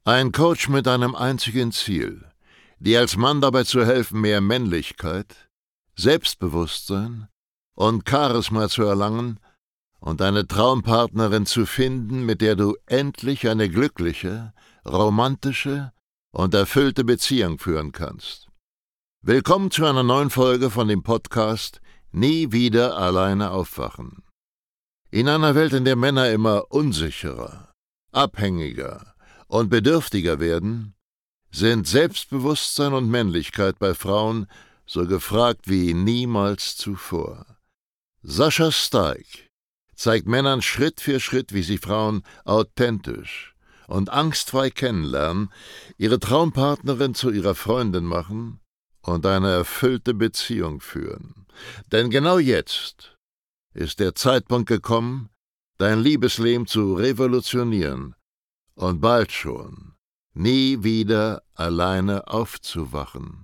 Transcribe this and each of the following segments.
Ein Coach mit einem einzigen Ziel, dir als Mann dabei zu helfen, mehr Männlichkeit, Selbstbewusstsein und Charisma zu erlangen und eine Traumpartnerin zu finden, mit der du endlich eine glückliche, romantische und erfüllte Beziehung führen kannst. Willkommen zu einer neuen Folge von dem Podcast Nie wieder alleine aufwachen. In einer Welt, in der Männer immer unsicherer, abhängiger und bedürftiger werden, sind Selbstbewusstsein und Männlichkeit bei Frauen so gefragt wie niemals zuvor. Sascha Steig zeigt Männern Schritt für Schritt, wie sie Frauen authentisch und angstfrei kennenlernen, ihre Traumpartnerin zu ihrer Freundin machen und eine erfüllte Beziehung führen. Denn genau jetzt ist der Zeitpunkt gekommen, dein Liebesleben zu revolutionieren und bald schon nie wieder alleine aufzuwachen.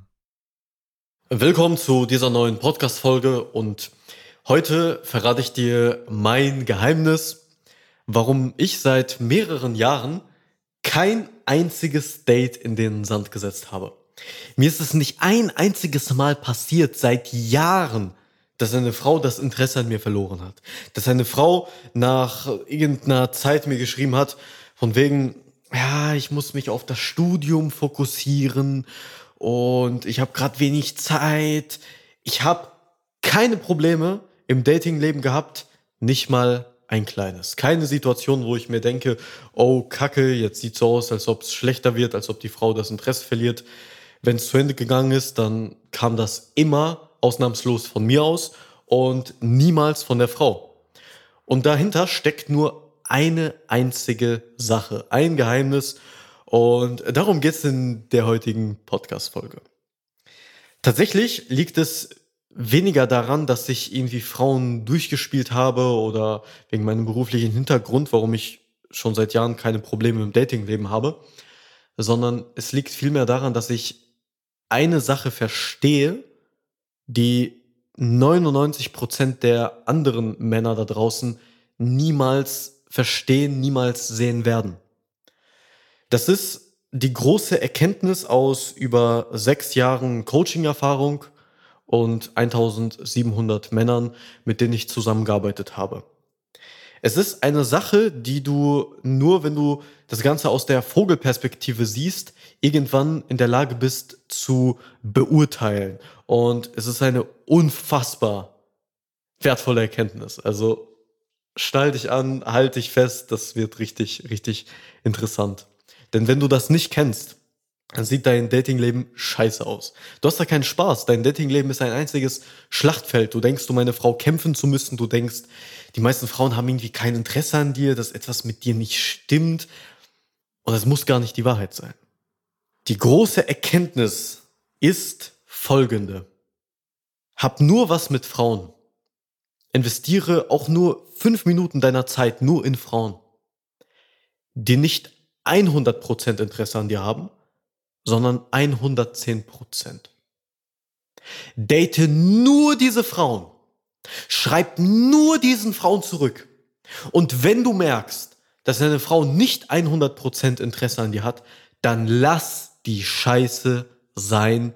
Willkommen zu dieser neuen Podcast-Folge und heute verrate ich dir mein Geheimnis, warum ich seit mehreren Jahren kein einziges Date in den Sand gesetzt habe. Mir ist es nicht ein einziges Mal passiert seit Jahren, dass eine Frau das Interesse an mir verloren hat. Dass eine Frau nach irgendeiner Zeit mir geschrieben hat, von wegen, ja, ich muss mich auf das Studium fokussieren und ich habe gerade wenig Zeit. Ich habe keine Probleme im Datingleben gehabt, nicht mal ein kleines. Keine Situation, wo ich mir denke, oh Kacke, jetzt sieht's so aus, als ob es schlechter wird, als ob die Frau das Interesse verliert. Wenn es zu Ende gegangen ist, dann kam das immer ausnahmslos von mir aus und niemals von der Frau. Und dahinter steckt nur eine einzige Sache, ein Geheimnis. Und darum geht es in der heutigen Podcast-Folge. Tatsächlich liegt es weniger daran, dass ich irgendwie Frauen durchgespielt habe oder wegen meinem beruflichen Hintergrund, warum ich schon seit Jahren keine Probleme im Datingleben habe, sondern es liegt vielmehr daran, dass ich eine Sache verstehe, die 99% der anderen Männer da draußen niemals verstehen, niemals sehen werden. Das ist die große Erkenntnis aus über 6 Jahren Coaching-Erfahrung und 1700 Männern, mit denen ich zusammengearbeitet habe. Es ist eine Sache, die du nur, wenn du das Ganze aus der Vogelperspektive siehst, irgendwann in der Lage bist zu beurteilen. Und es ist eine unfassbar wertvolle Erkenntnis. Also schnall dich an, halt dich fest, das wird richtig, richtig interessant. Denn wenn du das nicht kennst, dann sieht dein Datingleben scheiße aus. Du hast da keinen Spaß. Dein Datingleben ist ein einziges Schlachtfeld. Du denkst, um eine Frau kämpfen zu müssen. Du denkst, die meisten Frauen haben irgendwie kein Interesse an dir, dass etwas mit dir nicht stimmt. Und das muss gar nicht die Wahrheit sein. Die große Erkenntnis ist folgende. Hab nur was mit Frauen. Investiere auch nur 5 Minuten deiner Zeit nur in Frauen, die nicht 100% Interesse an dir haben, sondern 110%. Date nur diese Frauen. Schreib nur diesen Frauen zurück. Und wenn du merkst, dass eine Frau nicht 100% Interesse an dir hat, dann lass die Scheiße sein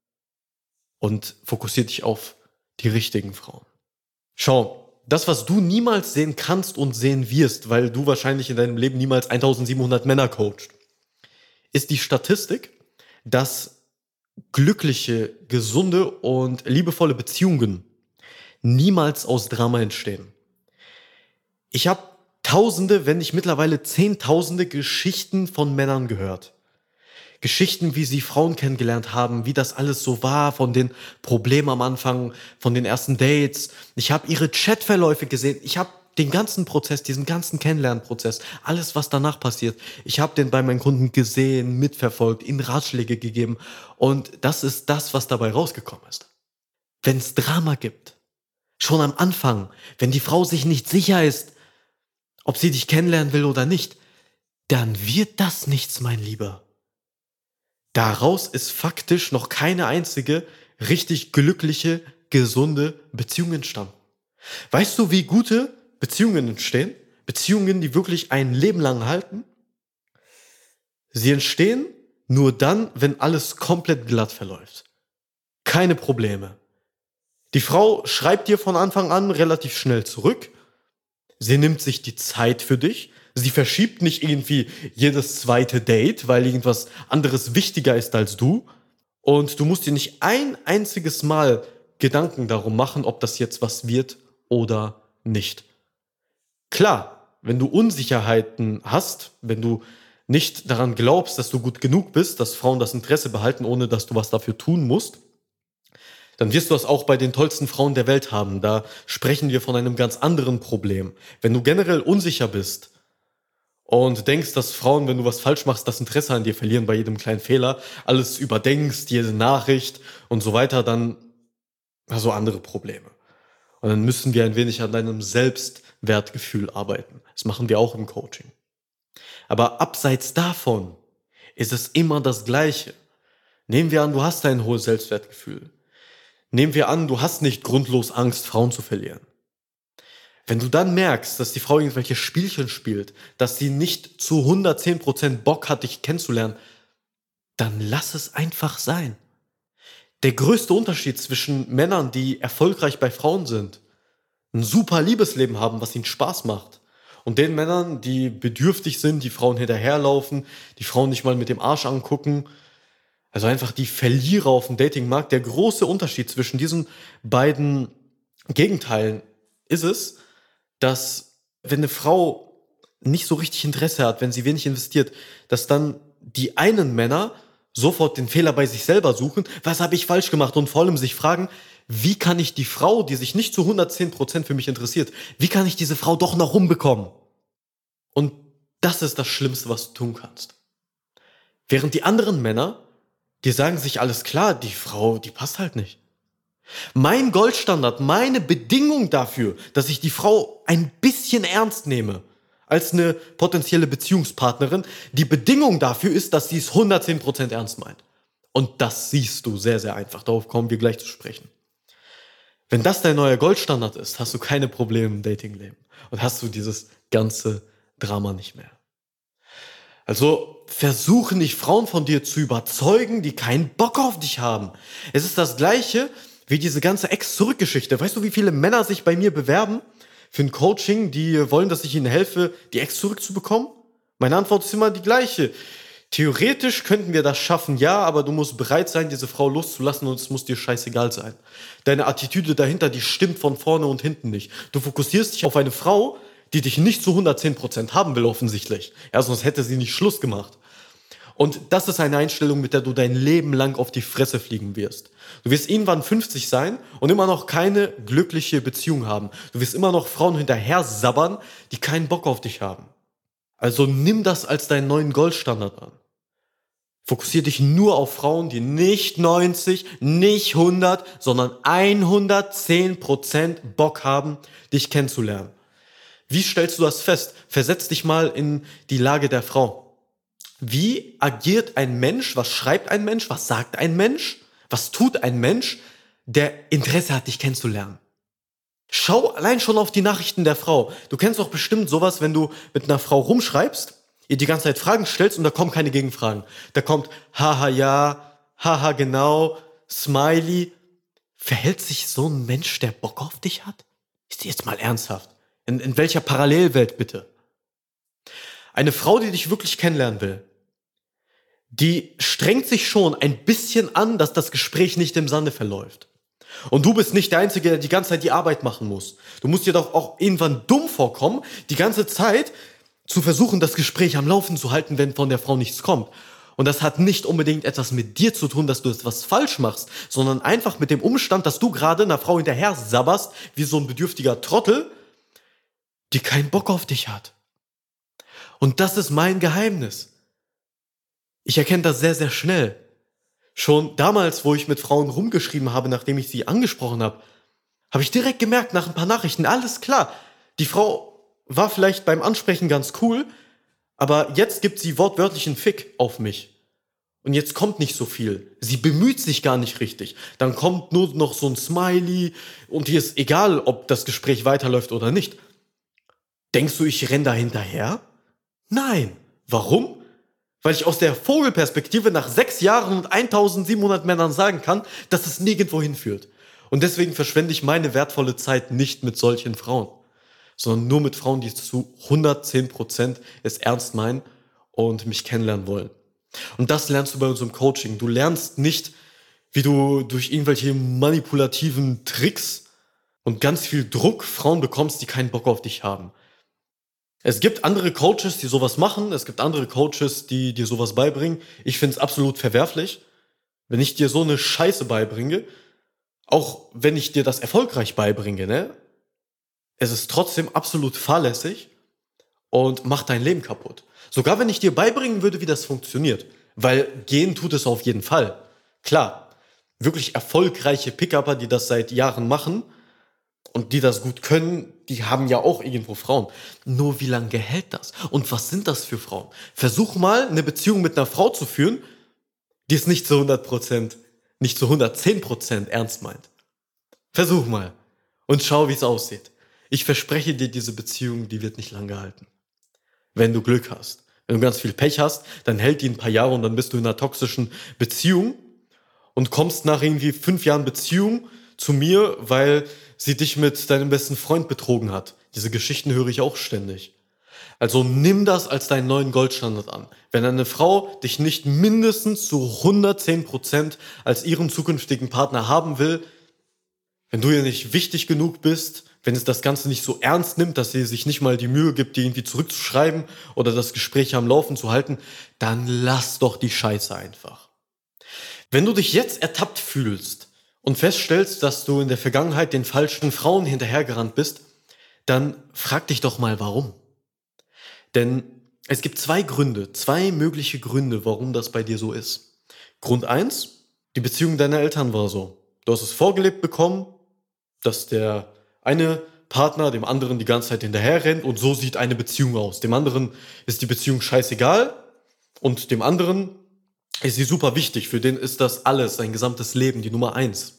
und fokussier dich auf die richtigen Frauen. Schau, das, was du niemals sehen kannst und sehen wirst, weil du wahrscheinlich in deinem Leben niemals 1700 Männer coachst, ist die Statistik, dass glückliche, gesunde und liebevolle Beziehungen niemals aus Drama entstehen. Ich habe Tausende, wenn nicht mittlerweile Zehntausende Geschichten von Männern gehört. Geschichten, wie sie Frauen kennengelernt haben, wie das alles so war, von den Problemen am Anfang, von den ersten Dates. Ich habe ihre Chatverläufe gesehen. Ich habe den ganzen Prozess, diesen ganzen Kennenlernprozess, alles, was danach passiert. Ich habe den bei meinen Kunden gesehen, mitverfolgt, ihnen Ratschläge gegeben. Und das ist das, was dabei rausgekommen ist. Wenn es Drama gibt, schon am Anfang, wenn die Frau sich nicht sicher ist, ob sie dich kennenlernen will oder nicht, dann wird das nichts, mein Lieber. Daraus ist faktisch noch keine einzige richtig glückliche, gesunde Beziehung entstanden. Weißt du, wie gute Beziehungen entstehen? Beziehungen, die wirklich ein Leben lang halten? Sie entstehen nur dann, wenn alles komplett glatt verläuft. Keine Probleme. Die Frau schreibt dir von Anfang an relativ schnell zurück. Sie nimmt sich die Zeit für dich. Sie verschiebt nicht irgendwie jedes zweite Date, weil irgendwas anderes wichtiger ist als du. Und du musst dir nicht ein einziges Mal Gedanken darum machen, ob das jetzt was wird oder nicht. Klar, wenn du Unsicherheiten hast, wenn du nicht daran glaubst, dass du gut genug bist, dass Frauen das Interesse behalten, ohne dass du was dafür tun musst, dann wirst du das auch bei den tollsten Frauen der Welt haben. Da sprechen wir von einem ganz anderen Problem. Wenn du generell unsicher bist und denkst, dass Frauen, wenn du was falsch machst, das Interesse an dir verlieren bei jedem kleinen Fehler, alles überdenkst, jede Nachricht und so weiter, dann hast du andere Probleme. Und dann müssen wir ein wenig an deinem Selbstwertgefühl arbeiten. Das machen wir auch im Coaching. Aber abseits davon ist es immer das Gleiche. Nehmen wir an, du hast ein hohes Selbstwertgefühl. Nehmen wir an, du hast nicht grundlos Angst, Frauen zu verlieren. Wenn du dann merkst, dass die Frau irgendwelche Spielchen spielt, dass sie nicht zu 110% Bock hat, dich kennenzulernen, dann lass es einfach sein. Der größte Unterschied zwischen Männern, die erfolgreich bei Frauen sind, ein super Liebesleben haben, was ihnen Spaß macht, und den Männern, die bedürftig sind, die Frauen hinterherlaufen, die Frauen nicht mal mit dem Arsch angucken, also einfach die Verlierer auf dem Datingmarkt, der große Unterschied zwischen diesen beiden Gegenteilen ist es, dass wenn eine Frau nicht so richtig Interesse hat, wenn sie wenig investiert, dass dann die einen Männer sofort den Fehler bei sich selber suchen, was habe ich falsch gemacht, und vor allem sich fragen, wie kann ich die Frau, die sich nicht zu 110% für mich interessiert, wie kann ich diese Frau doch noch rumbekommen? Und das ist das Schlimmste, was du tun kannst. Während die anderen Männer, die sagen sich, alles klar, die Frau, die passt halt nicht. Mein Goldstandard, meine Bedingung dafür, dass ich die Frau ein bisschen ernst nehme, als eine potenzielle Beziehungspartnerin, die Bedingung dafür ist, dass sie es 110% ernst meint. Und das siehst du sehr, sehr einfach. Darauf kommen wir gleich zu sprechen. Wenn das dein neuer Goldstandard ist, hast du keine Probleme im Datingleben. Und hast du dieses ganze Drama nicht mehr. Also versuche nicht, Frauen von dir zu überzeugen, die keinen Bock auf dich haben. Es ist das Gleiche wie diese ganze Ex-Zurück-Geschichte. Weißt du, wie viele Männer sich bei mir bewerben für ein Coaching, die wollen, dass ich ihnen helfe, die Ex zurückzubekommen? Meine Antwort ist immer die gleiche. Theoretisch könnten wir das schaffen, ja, aber du musst bereit sein, diese Frau loszulassen, und es muss dir scheißegal sein. Deine Attitüde dahinter, die stimmt von vorne und hinten nicht. Du fokussierst dich auf eine Frau, die dich nicht zu 110% haben will, offensichtlich. Ja, sonst hätte sie nicht Schluss gemacht. Und das ist eine Einstellung, mit der du dein Leben lang auf die Fresse fliegen wirst. Du wirst irgendwann 50 sein und immer noch keine glückliche Beziehung haben. Du wirst immer noch Frauen hinterher sabbern, die keinen Bock auf dich haben. Also nimm das als deinen neuen Goldstandard an. Fokussiere dich nur auf Frauen, die nicht 90, nicht 100, sondern 110% Bock haben, dich kennenzulernen. Wie stellst du das fest? Versetz dich mal in die Lage der Frau. Wie agiert ein Mensch? Was schreibt ein Mensch? Was sagt ein Mensch? Was tut ein Mensch, der Interesse hat, dich kennenzulernen? Schau allein schon auf die Nachrichten der Frau. Du kennst doch bestimmt sowas, wenn du mit einer Frau rumschreibst, ihr die ganze Zeit Fragen stellst und da kommen keine Gegenfragen. Da kommt haha ja, haha genau, Smiley. Verhält sich so ein Mensch, der Bock auf dich hat? Ist jetzt mal ernsthaft. In welcher Parallelwelt bitte? Eine Frau, die dich wirklich kennenlernen will, die strengt sich schon ein bisschen an, dass das Gespräch nicht im Sande verläuft. Und du bist nicht der Einzige, der die ganze Zeit die Arbeit machen muss. Du musst dir doch auch irgendwann dumm vorkommen, die ganze Zeit zu versuchen, das Gespräch am Laufen zu halten, wenn von der Frau nichts kommt. Und das hat nicht unbedingt etwas mit dir zu tun, dass du etwas falsch machst, sondern einfach mit dem Umstand, dass du gerade einer Frau hinterher sabberst, wie so ein bedürftiger Trottel, die keinen Bock auf dich hat. Und das ist mein Geheimnis. Ich erkenne das sehr, sehr schnell. Schon damals, wo ich mit Frauen rumgeschrieben habe, nachdem ich sie angesprochen habe, habe ich direkt gemerkt, nach ein paar Nachrichten, alles klar, die Frau war vielleicht beim Ansprechen ganz cool, aber jetzt gibt sie wortwörtlich einen Fick auf mich. Und jetzt kommt nicht so viel. Sie bemüht sich gar nicht richtig. Dann kommt nur noch so ein Smiley und ihr ist egal, ob das Gespräch weiterläuft oder nicht. Denkst du, ich renn da hinterher? Nein. Warum? Weil ich aus der Vogelperspektive nach 6 Jahren und 1700 Männern sagen kann, dass es nirgendwo hinführt. Und deswegen verschwende ich meine wertvolle Zeit nicht mit solchen Frauen, sondern nur mit Frauen, die es zu 110% es ernst meinen und mich kennenlernen wollen. Und das lernst du bei unserem Coaching. Du lernst nicht, wie du durch irgendwelche manipulativen Tricks und ganz viel Druck Frauen bekommst, die keinen Bock auf dich haben. Es gibt andere Coaches, die sowas machen. Es gibt andere Coaches, die dir sowas beibringen. Ich finde es absolut verwerflich, wenn ich dir so eine Scheiße beibringe, auch wenn ich dir das erfolgreich beibringe, ne? Es ist trotzdem absolut fahrlässig und macht dein Leben kaputt. Sogar wenn ich dir beibringen würde, wie das funktioniert. Weil gehen tut es auf jeden Fall. Klar, wirklich erfolgreiche Pick-Upper, die das seit Jahren machen und die das gut können, die haben ja auch irgendwo Frauen. Nur wie lange hält das? Und was sind das für Frauen? Versuch mal, eine Beziehung mit einer Frau zu führen, die es nicht zu 100%, nicht zu 110% ernst meint. Versuch mal und schau, wie es aussieht. Ich verspreche dir, diese Beziehung, die wird nicht lange halten. Wenn du Glück hast. Wenn du ganz viel Pech hast, dann hält die ein paar Jahre und dann bist du in einer toxischen Beziehung und kommst nach irgendwie 5 Jahren Beziehung zu mir, weil sie dich mit deinem besten Freund betrogen hat. Diese Geschichten höre ich auch ständig. Also nimm das als deinen neuen Goldstandard an. Wenn eine Frau dich nicht mindestens zu 110% als ihren zukünftigen Partner haben will, wenn du ihr nicht wichtig genug bist, wenn es das Ganze nicht so ernst nimmt, dass sie sich nicht mal die Mühe gibt, dir irgendwie zurückzuschreiben oder das Gespräch am Laufen zu halten, dann lass doch die Scheiße einfach. Wenn du dich jetzt ertappt fühlst und feststellst, dass du in der Vergangenheit den falschen Frauen hinterhergerannt bist, dann frag dich doch mal, warum. Denn es gibt 2 Gründe, 2 mögliche Gründe, warum das bei dir so ist. Grund 1: die Beziehung deiner Eltern war so. Du hast es vorgelebt bekommen, dass der eine Partner dem anderen die ganze Zeit hinterher rennt und so sieht eine Beziehung aus. Dem anderen ist die Beziehung scheißegal und dem anderen ist sie super wichtig. Für den ist das alles, sein gesamtes Leben, die Nummer 1.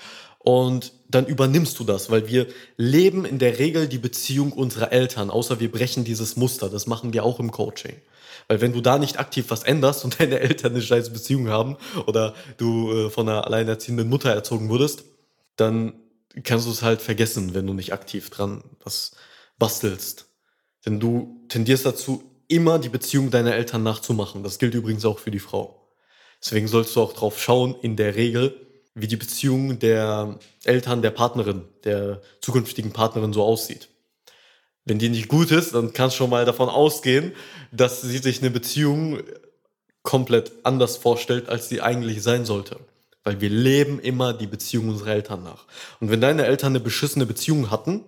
Und dann übernimmst du das, weil wir leben in der Regel die Beziehung unserer Eltern, außer wir brechen dieses Muster. Das machen wir auch im Coaching. Weil wenn du da nicht aktiv was änderst und deine Eltern eine scheiß Beziehung haben oder du von einer alleinerziehenden Mutter erzogen wurdest, dann kannst du es halt vergessen, wenn du nicht aktiv dran was bastelst. Denn du tendierst dazu, immer die Beziehung deiner Eltern nachzumachen. Das gilt übrigens auch für die Frau. Deswegen sollst du auch drauf schauen, in der Regel, wie die Beziehung der Eltern der Partnerin, der zukünftigen Partnerin so aussieht. Wenn die nicht gut ist, dann kannst du schon mal davon ausgehen, dass sie sich eine Beziehung komplett anders vorstellt, als sie eigentlich sein sollte. Weil wir leben immer die Beziehung unserer Eltern nach. Und wenn deine Eltern eine beschissene Beziehung hatten,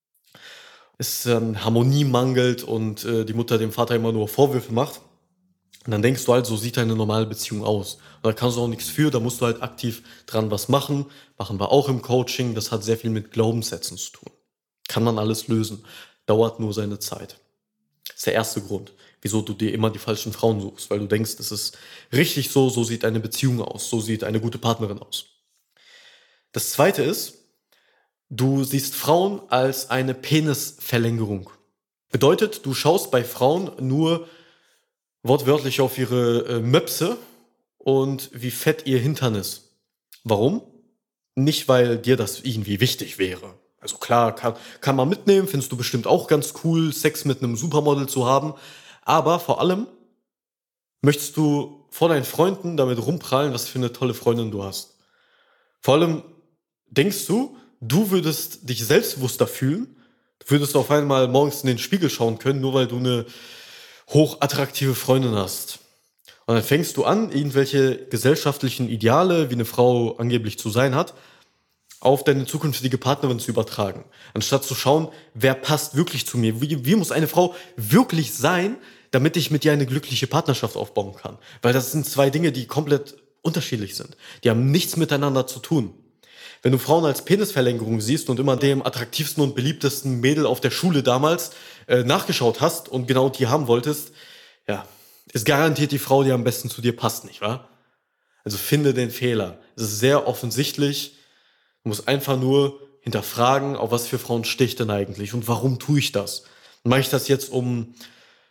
es Harmonie mangelt und die Mutter dem Vater immer nur Vorwürfe macht, dann denkst du halt, so sieht eine normale Beziehung aus. Und da kannst du auch nichts für, da musst du halt aktiv dran was machen. Machen wir auch im Coaching. Das hat sehr viel mit Glaubenssätzen zu tun. Kann man alles lösen. Dauert nur seine Zeit. Das ist der erste Grund, wieso du dir immer die falschen Frauen suchst. Weil du denkst, es ist richtig so, so sieht eine Beziehung aus. So sieht eine gute Partnerin aus. Das zweite ist, du siehst Frauen als eine Penisverlängerung. Bedeutet, du schaust bei Frauen nur wortwörtlich auf ihre Möpse und wie fett ihr Hintern ist. Warum? Nicht, weil dir das irgendwie wichtig wäre. Also klar, kann man mitnehmen, findest du bestimmt auch ganz cool, Sex mit einem Supermodel zu haben. Aber vor allem möchtest du vor deinen Freunden damit rumprallen, was für eine tolle Freundin du hast. Vor allem denkst du, du würdest dich selbstbewusster fühlen, du würdest auf einmal morgens in den Spiegel schauen können, nur weil du eine hochattraktive Freundin hast. Und dann fängst du an, irgendwelche gesellschaftlichen Ideale, wie eine Frau angeblich zu sein hat, auf deine zukünftige Partnerin zu übertragen. Anstatt zu schauen, wer passt wirklich zu mir. Wie muss eine Frau wirklich sein, damit ich mit ihr eine glückliche Partnerschaft aufbauen kann? Weil das sind 2 Dinge, die komplett unterschiedlich sind. Die haben nichts miteinander zu tun. Wenn du Frauen als Penisverlängerung siehst und immer dem attraktivsten und beliebtesten Mädel auf der Schule damals nachgeschaut hast und genau die haben wolltest, ja, ist garantiert die Frau, die am besten zu dir passt, nicht wahr? Also finde den Fehler. Es ist sehr offensichtlich. Du musst einfach nur hinterfragen, auf was für Frauen stehe ich denn eigentlich und warum tue ich das? Mache ich das jetzt, um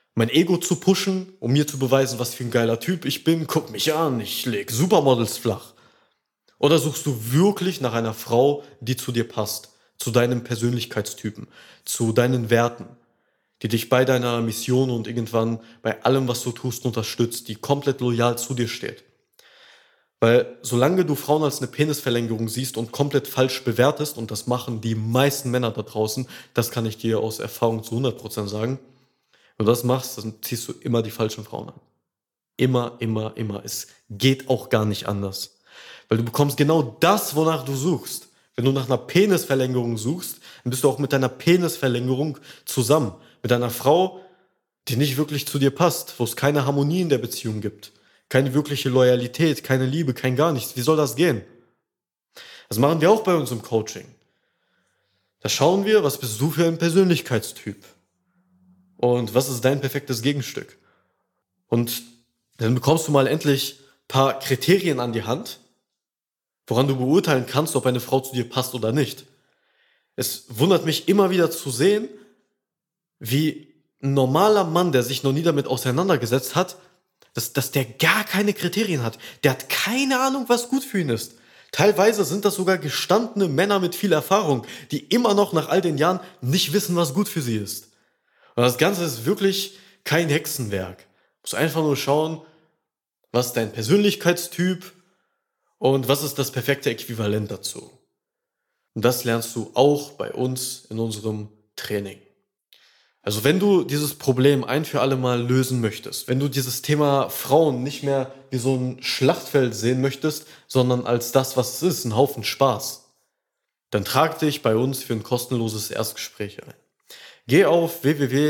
mein Ego zu pushen, um mir zu beweisen, was für ein geiler Typ ich bin? Guck mich an, ich leg Supermodels flach. Oder suchst du wirklich nach einer Frau, die zu dir passt, zu deinem Persönlichkeitstypen, zu deinen Werten, die dich bei deiner Mission und irgendwann bei allem, was du tust, unterstützt, die komplett loyal zu dir steht? Weil solange du Frauen als eine Penisverlängerung siehst und komplett falsch bewertest, und das machen die meisten Männer da draußen, das kann ich dir aus Erfahrung zu 100% sagen, wenn du das machst, dann ziehst du immer die falschen Frauen an. Immer, immer, immer. Es geht auch gar nicht anders. Weil du bekommst genau das, wonach du suchst. Wenn du nach einer Penisverlängerung suchst, dann bist du auch mit deiner Penisverlängerung zusammen. Mit einer Frau, die nicht wirklich zu dir passt, wo es keine Harmonie in der Beziehung gibt. Keine wirkliche Loyalität, keine Liebe, kein gar nichts. Wie soll das gehen? Das machen wir auch bei uns im Coaching. Da schauen wir, was bist du für ein Persönlichkeitstyp? Und was ist dein perfektes Gegenstück? Und dann bekommst du mal endlich ein paar Kriterien an die Hand, woran du beurteilen kannst, ob eine Frau zu dir passt oder nicht. Es wundert mich immer wieder zu sehen, wie ein normaler Mann, der sich noch nie damit auseinandergesetzt hat, dass der gar keine Kriterien hat. Der hat keine Ahnung, was gut für ihn ist. Teilweise sind das sogar gestandene Männer mit viel Erfahrung, die immer noch nach all den Jahren nicht wissen, was gut für sie ist. Und das Ganze ist wirklich kein Hexenwerk. Du musst einfach nur schauen, was ist dein Persönlichkeitstyp und was ist das perfekte Äquivalent dazu. Und das lernst du auch bei uns in unserem Training. Also wenn du dieses Problem ein für alle Mal lösen möchtest, wenn du dieses Thema Frauen nicht mehr wie so ein Schlachtfeld sehen möchtest, sondern als das, was es ist, ein Haufen Spaß, dann trag dich bei uns für ein kostenloses Erstgespräch ein. Geh auf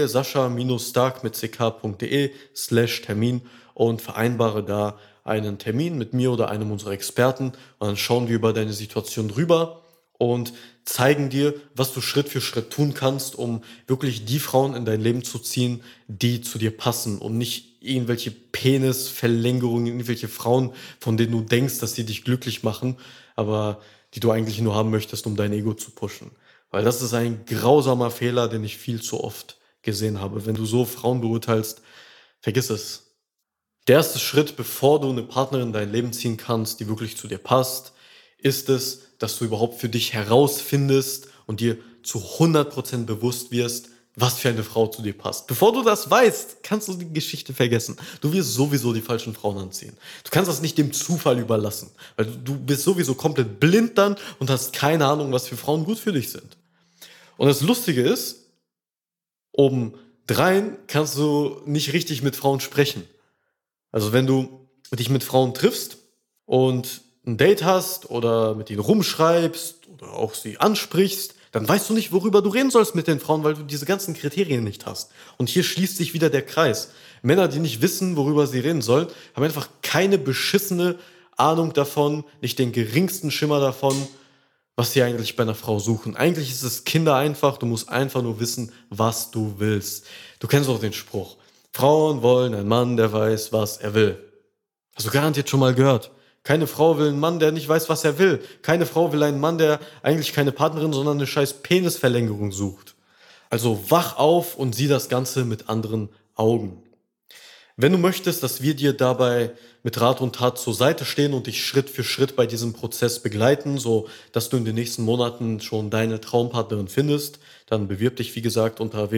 www.sascha-stark.ck.de/Termin und vereinbare da einen Termin mit mir oder einem unserer Experten und dann schauen wir über deine Situation drüber und zeigen dir, was du Schritt für Schritt tun kannst, um wirklich die Frauen in dein Leben zu ziehen, die zu dir passen und nicht irgendwelche Penisverlängerungen, irgendwelche Frauen, von denen du denkst, dass sie dich glücklich machen, aber die du eigentlich nur haben möchtest, um dein Ego zu pushen. Weil das ist ein grausamer Fehler, den ich viel zu oft gesehen habe. Wenn du so Frauen beurteilst, vergiss es. Der erste Schritt, bevor du eine Partnerin in dein Leben ziehen kannst, die wirklich zu dir passt, ist es, dass du überhaupt für dich herausfindest und dir zu 100% bewusst wirst, was für eine Frau zu dir passt. Bevor du das weißt, kannst du die Geschichte vergessen. Du wirst sowieso die falschen Frauen anziehen. Du kannst das nicht dem Zufall überlassen, weil du bist sowieso komplett blind dann und hast keine Ahnung, was für Frauen gut für dich sind. Und das Lustige ist, obendrein kannst du nicht richtig mit Frauen sprechen. Also wenn du dich mit Frauen triffst und ein Date hast oder mit ihnen rumschreibst oder auch sie ansprichst, dann weißt du nicht, worüber du reden sollst mit den Frauen, weil du diese ganzen Kriterien nicht hast. Und hier schließt sich wieder der Kreis. Männer, die nicht wissen, worüber sie reden sollen, haben einfach keine beschissene Ahnung davon, nicht den geringsten Schimmer davon, was sie eigentlich bei einer Frau suchen. Eigentlich ist es kindereinfach, du musst einfach nur wissen, was du willst. Du kennst auch den Spruch. Frauen wollen einen Mann, der weiß, was er will. Hast du garantiert schon mal gehört. Keine Frau will einen Mann, der nicht weiß, was er will. Keine Frau will einen Mann, der eigentlich keine Partnerin, sondern eine scheiß Penisverlängerung sucht. Also wach auf und sieh das Ganze mit anderen Augen. Wenn du möchtest, dass wir dir dabei mit Rat und Tat zur Seite stehen und dich Schritt für Schritt bei diesem Prozess begleiten, so dass du in den nächsten Monaten schon deine Traumpartnerin findest, dann bewirb dich, wie gesagt, unter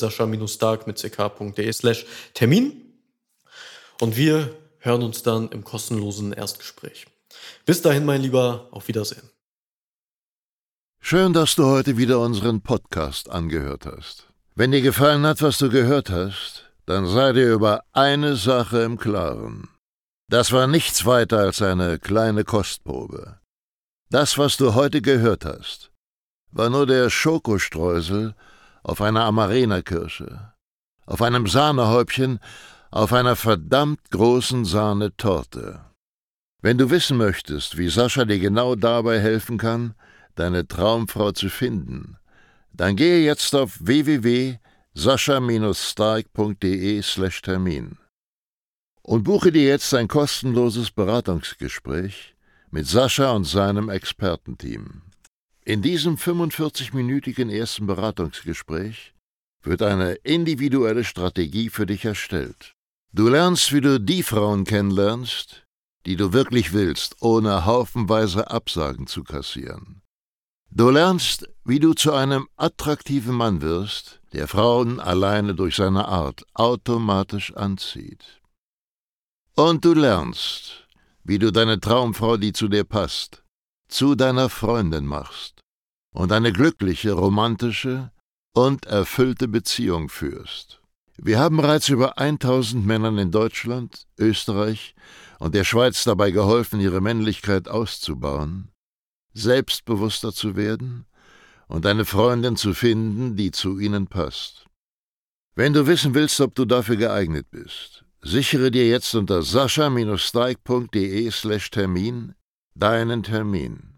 www.sascha-stark.ck.de/Termin und wir hören uns dann im kostenlosen Erstgespräch. Bis dahin, mein Lieber, auf Wiedersehen. Schön, dass du heute wieder unseren Podcast angehört hast. Wenn dir gefallen hat, was du gehört hast, dann sei dir über eine Sache im Klaren. Das war nichts weiter als eine kleine Kostprobe. Das, was du heute gehört hast, war nur der Schokostreusel auf einer Amarena-Kirsche, auf einem Sahnehäubchen, auf einer verdammt großen Sahnetorte. Wenn du wissen möchtest, wie Sascha dir genau dabei helfen kann, deine Traumfrau zu finden, dann gehe jetzt auf www.sascha-stark.de/Termin und buche dir jetzt ein kostenloses Beratungsgespräch mit Sascha und seinem Expertenteam. In diesem 45-minütigen ersten Beratungsgespräch wird eine individuelle Strategie für dich erstellt. Du lernst, wie du die Frauen kennenlernst, die du wirklich willst, ohne haufenweise Absagen zu kassieren. Du lernst, wie du zu einem attraktiven Mann wirst, der Frauen alleine durch seine Art automatisch anzieht. Und du lernst, wie du deine Traumfrau, die zu dir passt, zu deiner Freundin machst und eine glückliche, romantische und erfüllte Beziehung führst. Wir haben bereits über 1000 Männern in Deutschland, Österreich und der Schweiz dabei geholfen, ihre Männlichkeit auszubauen, selbstbewusster zu werden und eine Freundin zu finden, die zu ihnen passt. Wenn du wissen willst, ob du dafür geeignet bist, sichere dir jetzt unter sascha-steig.de/Termin deinen Termin.